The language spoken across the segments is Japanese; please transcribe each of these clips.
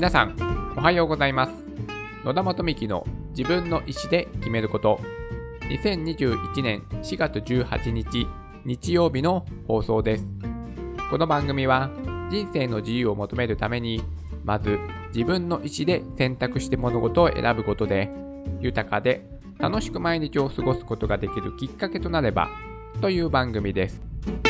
皆さんおはようございます。野田元幹の自分の意思で決めること、2021年4月18日日曜日の放送です。この番組は人生の自由を求めるために、まず自分の意思で選択して物事を選ぶことで、豊かで楽しく毎日を過ごすことができるきっかけとなればという番組です。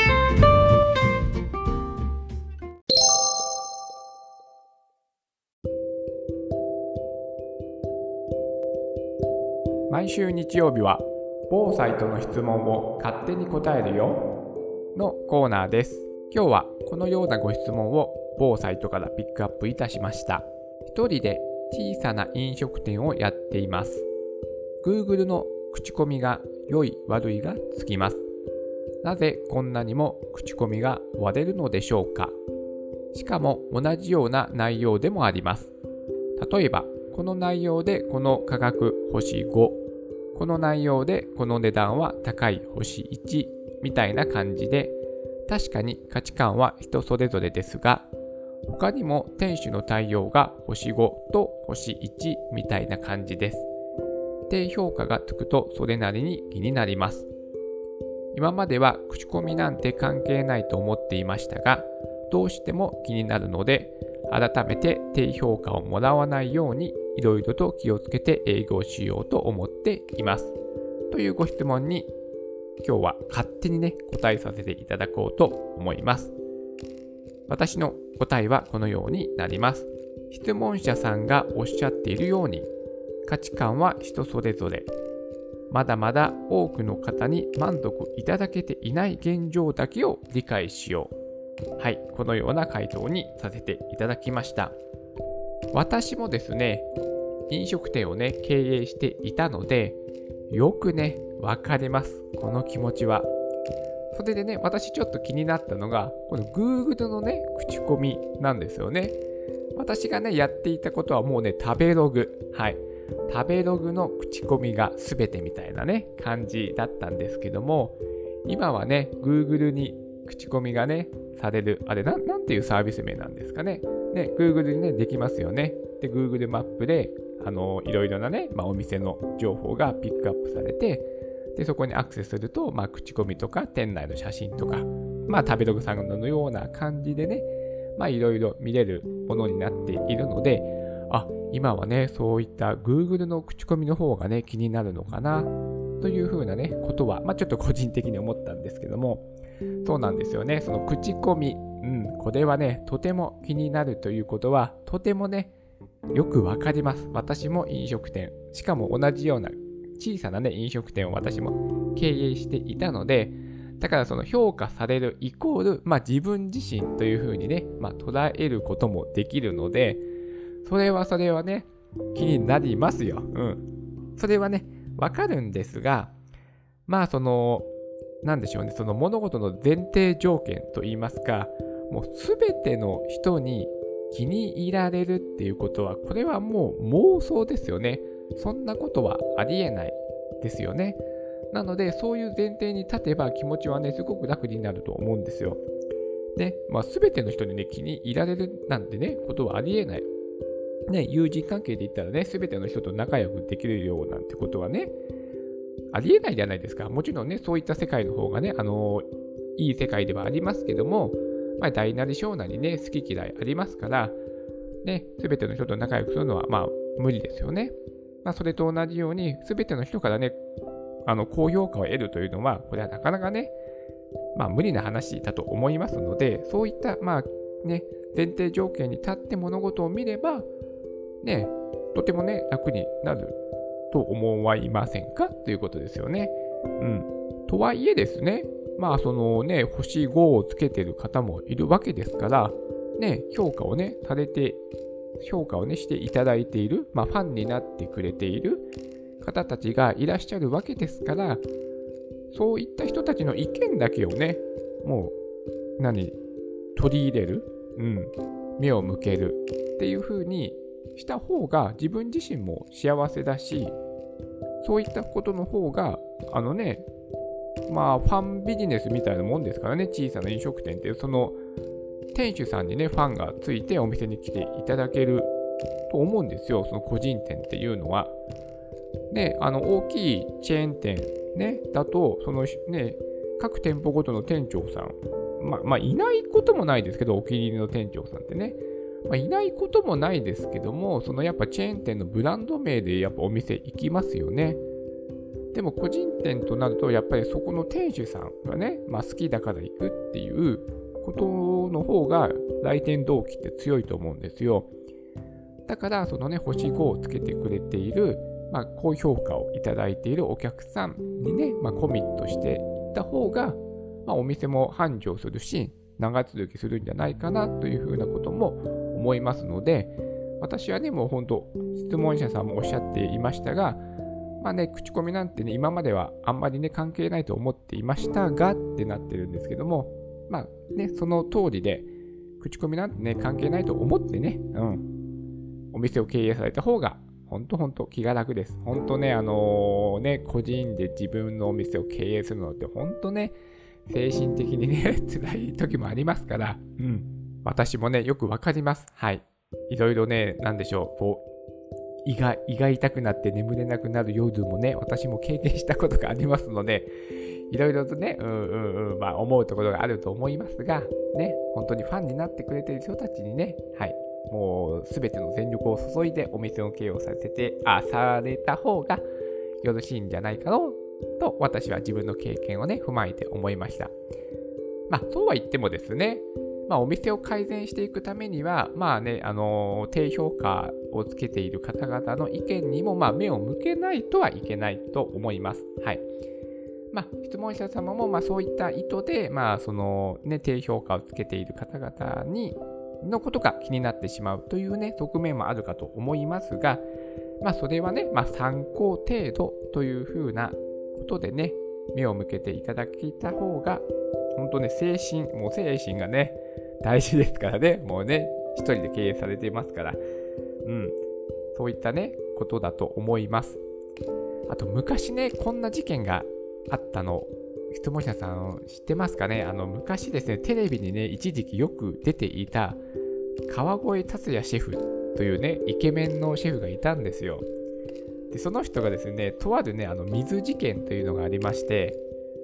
毎週日曜日は某サイトの質問を勝手に答えるよのコーナーです。今日はこのようなご質問を某サイトからピックアップいたしました。一人で小さな飲食店をやっています。Google の口コミが良い悪いがつきます。なぜこんなにも口コミが割れるのでしょうか。しかも同じような内容でもあります。例えばこの内容でこの価格星5、この内容でこの値段は高い星1みたいな感じで、確かに価値観は人それぞれですが、他にも店主の対応が星5と星1みたいな感じです。低評価がつくとそれなりに気になります。今までは口コミなんて関係ないと思っていましたが、どうしても気になるので、改めて低評価をもらわないようにいろいろと気をつけて営業しようと思っています。というご質問に今日は勝手に答えさせていただこうと思います。私の答えはこのようになります。質問者さんがおっしゃっているように、価値観は人それぞれ。まだまだ多くの方に満足いただけていない現状だけを理解しよう。はい、このような回答にさせていただきました。私もですね、飲食店を経営していたので、よくわかります。この気持ちは。それで私ちょっと気になったのが、この Google の口コミなんですよね。私がやっていたことはもう食べログ。はい。食べログの口コミが全てみたいな感じだったんですけども、今はGoogle に口コミがされる、あれなんていうサービス名なんですかね。Google にできますよね。で、Google マップで、いろいろなお店の情報がピックアップされて、で、そこにアクセスすると、口コミとか、店内の写真とか、食べログさんのような感じでいろいろ見れるものになっているので、今はそういった Google の口コミの方が気になるのかな、というふうなことは、ちょっと個人的に思ったんですけども、そうなんですよね。その口コミ、これはとても気になるということは、とてもよくわかります。私も飲食店、しかも同じような小さな飲食店を私も経営していたので、だからその評価されるイコール、自分自身というふうに捉えることもできるので、それは気になりますよ。それはわかるんですが、なんでしょうね、その物事の前提条件といいますか、もうすべての人に気に入られるっていうことは、これはもう妄想ですよね。そんなことはありえないですよね。なので、そういう前提に立てば気持ちはすごく楽になると思うんですよ。すべての人に気に入られるなんてことはありえない。友人関係で言ったらすべての人と仲良くできるようなんてことはありえないじゃないですか。もちろんそういった世界の方がいい世界ではありますけども、大なり小なり好き嫌いありますから、すべての人と仲良くするのは無理ですよね。それと同じように、すべての人から高評価を得るというのは、これはなかなか無理な話だと思いますので、そういった前提条件に立って物事を見れば、とても楽になると思いませんかということですよね。とはいえですね、星5をつけてる方もいるわけですから、評価をされて、評価をしていただいている、ファンになってくれている方たちがいらっしゃるわけですから、そういった人たちの意見だけをもう、取り入れる、目を向けるっていう風にした方が自分自身も幸せだし、そういったことの方が、ファンビジネスみたいなもんですからね、小さな飲食店って、その店主さんにファンがついてお店に来ていただけると思うんですよ、その個人店っていうのは。で、大きいチェーン店、ね、だと、そのね、各店舗ごとの店長さん、いないこともないですけど、お気に入りの店長さんってね、いないこともないですけども、そのやっぱチェーン店のブランド名でやっぱお店行きますよね。でも個人店となると、やっぱりそこの店主さんがね、好きだから行くっていうことの方が来店動機って強いと思うんですよ。だから、そのね、星5をつけてくれている、高評価をいただいているお客さんにね、コミットしていった方が、お店も繁盛するし、長続きするんじゃないかなというふうなことも思いますので、私はね、もう本当、質問者さんもおっしゃっていましたが、口コミなんてね、今まではあんまりね、関係ないと思っていましたがってなってるんですけども、その通りで、口コミなんてね、関係ないと思ってね、お店を経営された方が、本当気が楽です。本当ね、個人で自分のお店を経営するのって、本当ね、精神的にね、辛い時もありますから、私もね、よくわかります。はい。いろいろね、なんでしょう、胃が痛くなって眠れなくなる夜もね、私も経験したことがありますので、いろいろとね、思うところがあると思いますが、ね、本当にファンになってくれている人たちにね、はい、もうすべての全力を注いでお店の経営をされた方がよろしいんじゃないかなと、私は自分の経験をね、踏まえて思いました。そうは言ってもですね、お店を改善していくためには、低評価をつけている方々の意見にも、目を向けないとはいけないと思います。はい。質問者様も、そういった意図で、低評価をつけている方々のことが気になってしまうというね、側面もあるかと思いますが、それはね、参考程度というふうなことでね、目を向けていただけた方が、本当ね、精神がね、大事ですからね、もうね、一人で経営されていますから、そういったね、ことだと思います。あと、昔ね、こんな事件があったの、質問者さん知ってますかね。昔ですね、テレビにね、一時期よく出ていた川越達也シェフというね、イケメンのシェフがいたんですよ。で、その人がですね、とあるね、水事件というのがありまして、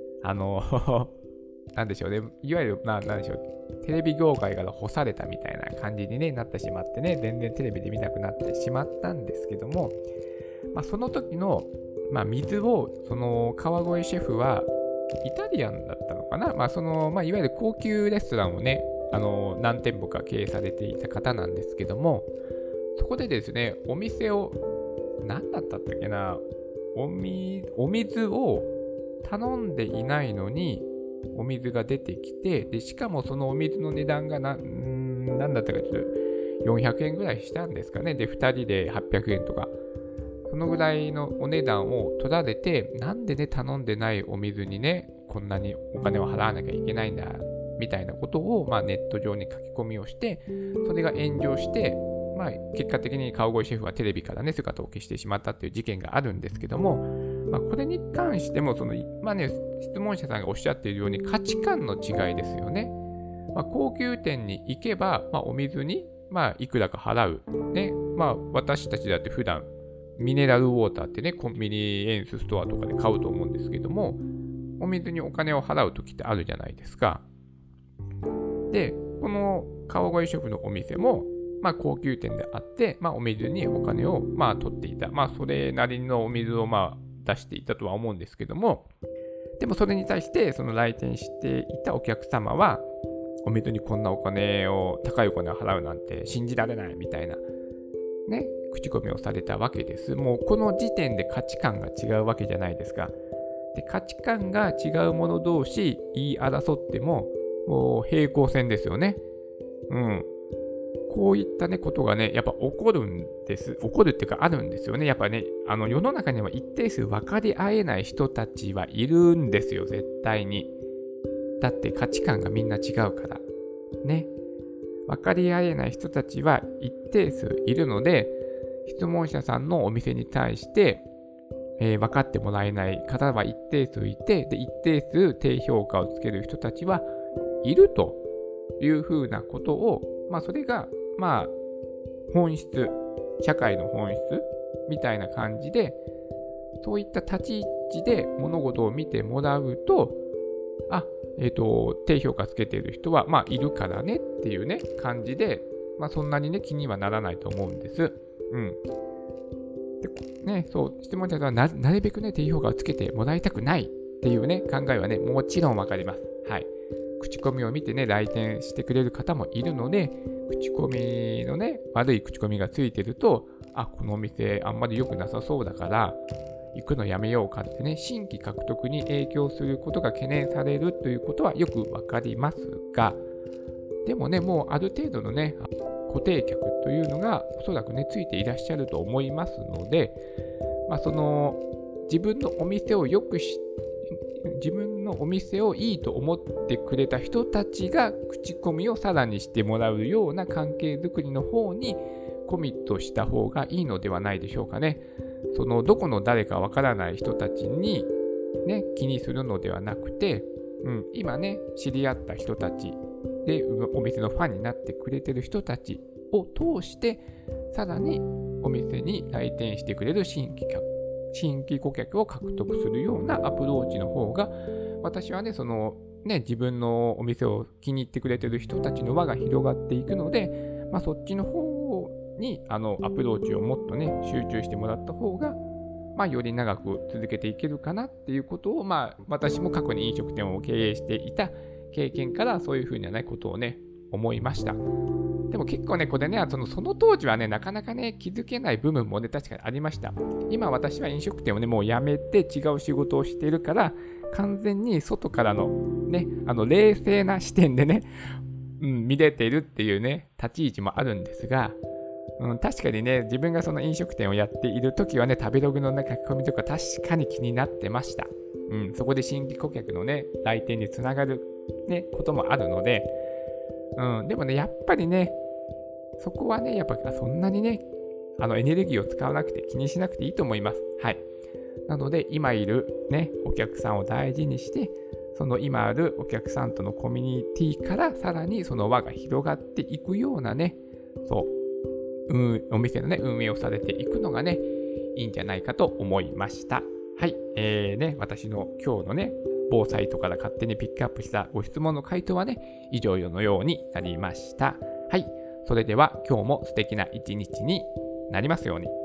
なんでしょうね、いわゆる、なんでしょう、テレビ業界から干されたみたいな感じに、ね、なってしまってね、全然テレビで見なくなってしまったんですけども、その時の、水を、その川越シェフは、イタリアンだったのかな、いわゆる高級レストランをね、何店舗か経営されていた方なんですけども、そこでですね、お店を、何だったっけな、お水を頼んでいないのに、お水が出てきて、でしかもそのお水の値段が何だったかちょっと400円ぐらいしたんですかね。で、2人で800円とか、そのぐらいのお値段を取られて、なんでね、頼んでないお水にね、こんなにお金を払わなきゃいけないんだ、みたいなことを、ネット上に書き込みをして、それが炎上して、結果的に川越シェフはテレビからね、姿を消してしまったっていう事件があるんですけども、これに関しても、質問者さんがおっしゃっているように価値観の違いですよね。高級店に行けば、お水に、いくらか払う。ね。私たちだって普段、ミネラルウォーターってね、コンビニエンスストアとかで買うと思うんですけども、お水にお金を払うときってあるじゃないですか。で、この川越シェフのお店も、高級店であって、お水にお金を、取っていた。それなりのお水を、出していたとは思うんですけども、でもそれに対して、その来店していたお客様は、お水にこんな高いお金を払うなんて信じられないみたいな、ね、口コミをされたわけです。もうこの時点で価値観が違うわけじゃないですか。で、価値観が違う者同士言い争っても、もう平行線ですよね。こういったね、ことがね、やっぱ起こるんです。起こるっていうかあるんですよね。やっぱね、世の中には一定数分かり合えない人たちはいるんですよ、絶対に。だって価値観がみんな違うから。ね。分かり合えない人たちは一定数いるので、質問者さんのお店に対して、分かってもらえない方は一定数いて、で、一定数低評価をつける人たちはいるというふうなことを、それが、本質社会の本質みたいな感じで、そういった立ち位置で物事を見てもらうと、低評価つけている人は、いるからねっていうね、感じで、そんなにね、気にはならないと思うんです。でね、質問者はなるべくね、低評価をつけてもらいたくないっていうね、考えはね、もちろんわかります。はい。口コミを見てね、来店してくれる方もいるので、口コミのね、悪い口コミがついてると、このお店あんまり良くなさそうだから、行くのやめようかってね、新規獲得に影響することが懸念されるということはよくわかりますが、でもね、もうある程度のね、固定客というのがおそらくね、ついていらっしゃると思いますので、自分のお店を自分のお店をいいと思ってくれた人たちが口コミをさらにしてもらうような関係づくりの方にコミットした方がいいのではないでしょうかね。どこの誰かわからない人たちにね、気にするのではなくて、今ね、知り合った人たちでお店のファンになってくれてる人たちを通して、さらにお店に来店してくれる新規顧客を獲得するようなアプローチの方が、私はね、自分のお店を気に入ってくれてる人たちの輪が広がっていくので、そっちの方にアプローチをもっとね、集中してもらった方が、より長く続けていけるかなっていうことを、私も過去に飲食店を経営していた経験からそういうふうなことをね、思いました。でも結構ね、これね、その当時はね、なかなかね、気づけない部分もね、確かにありました。今私は飲食店をね、もう辞めて違う仕事をしているから、完全に外からのね、冷静な視点でね、見れているっていうね、立ち位置もあるんですが、確かにね、自分がその飲食店をやっている時はね、食べログの、書き込みとか確かに気になってました。そこで新規顧客のね、来店につながる、ね、こともあるので、でもね、やっぱりね、そこはね、やっぱそんなにね、エネルギーを使わなくて気にしなくていいと思います。はい。なので、今いるね、お客さんを大事にして、その今あるお客さんとのコミュニティからさらにその輪が広がっていくようなね、お店のね、運営をされていくのがね、いいんじゃないかと思いました。はい。私の今日のね、某サイトから勝手にピックアップしたご質問の回答はね、以上のようになりました。はい。それでは今日も素敵な一日になりますように。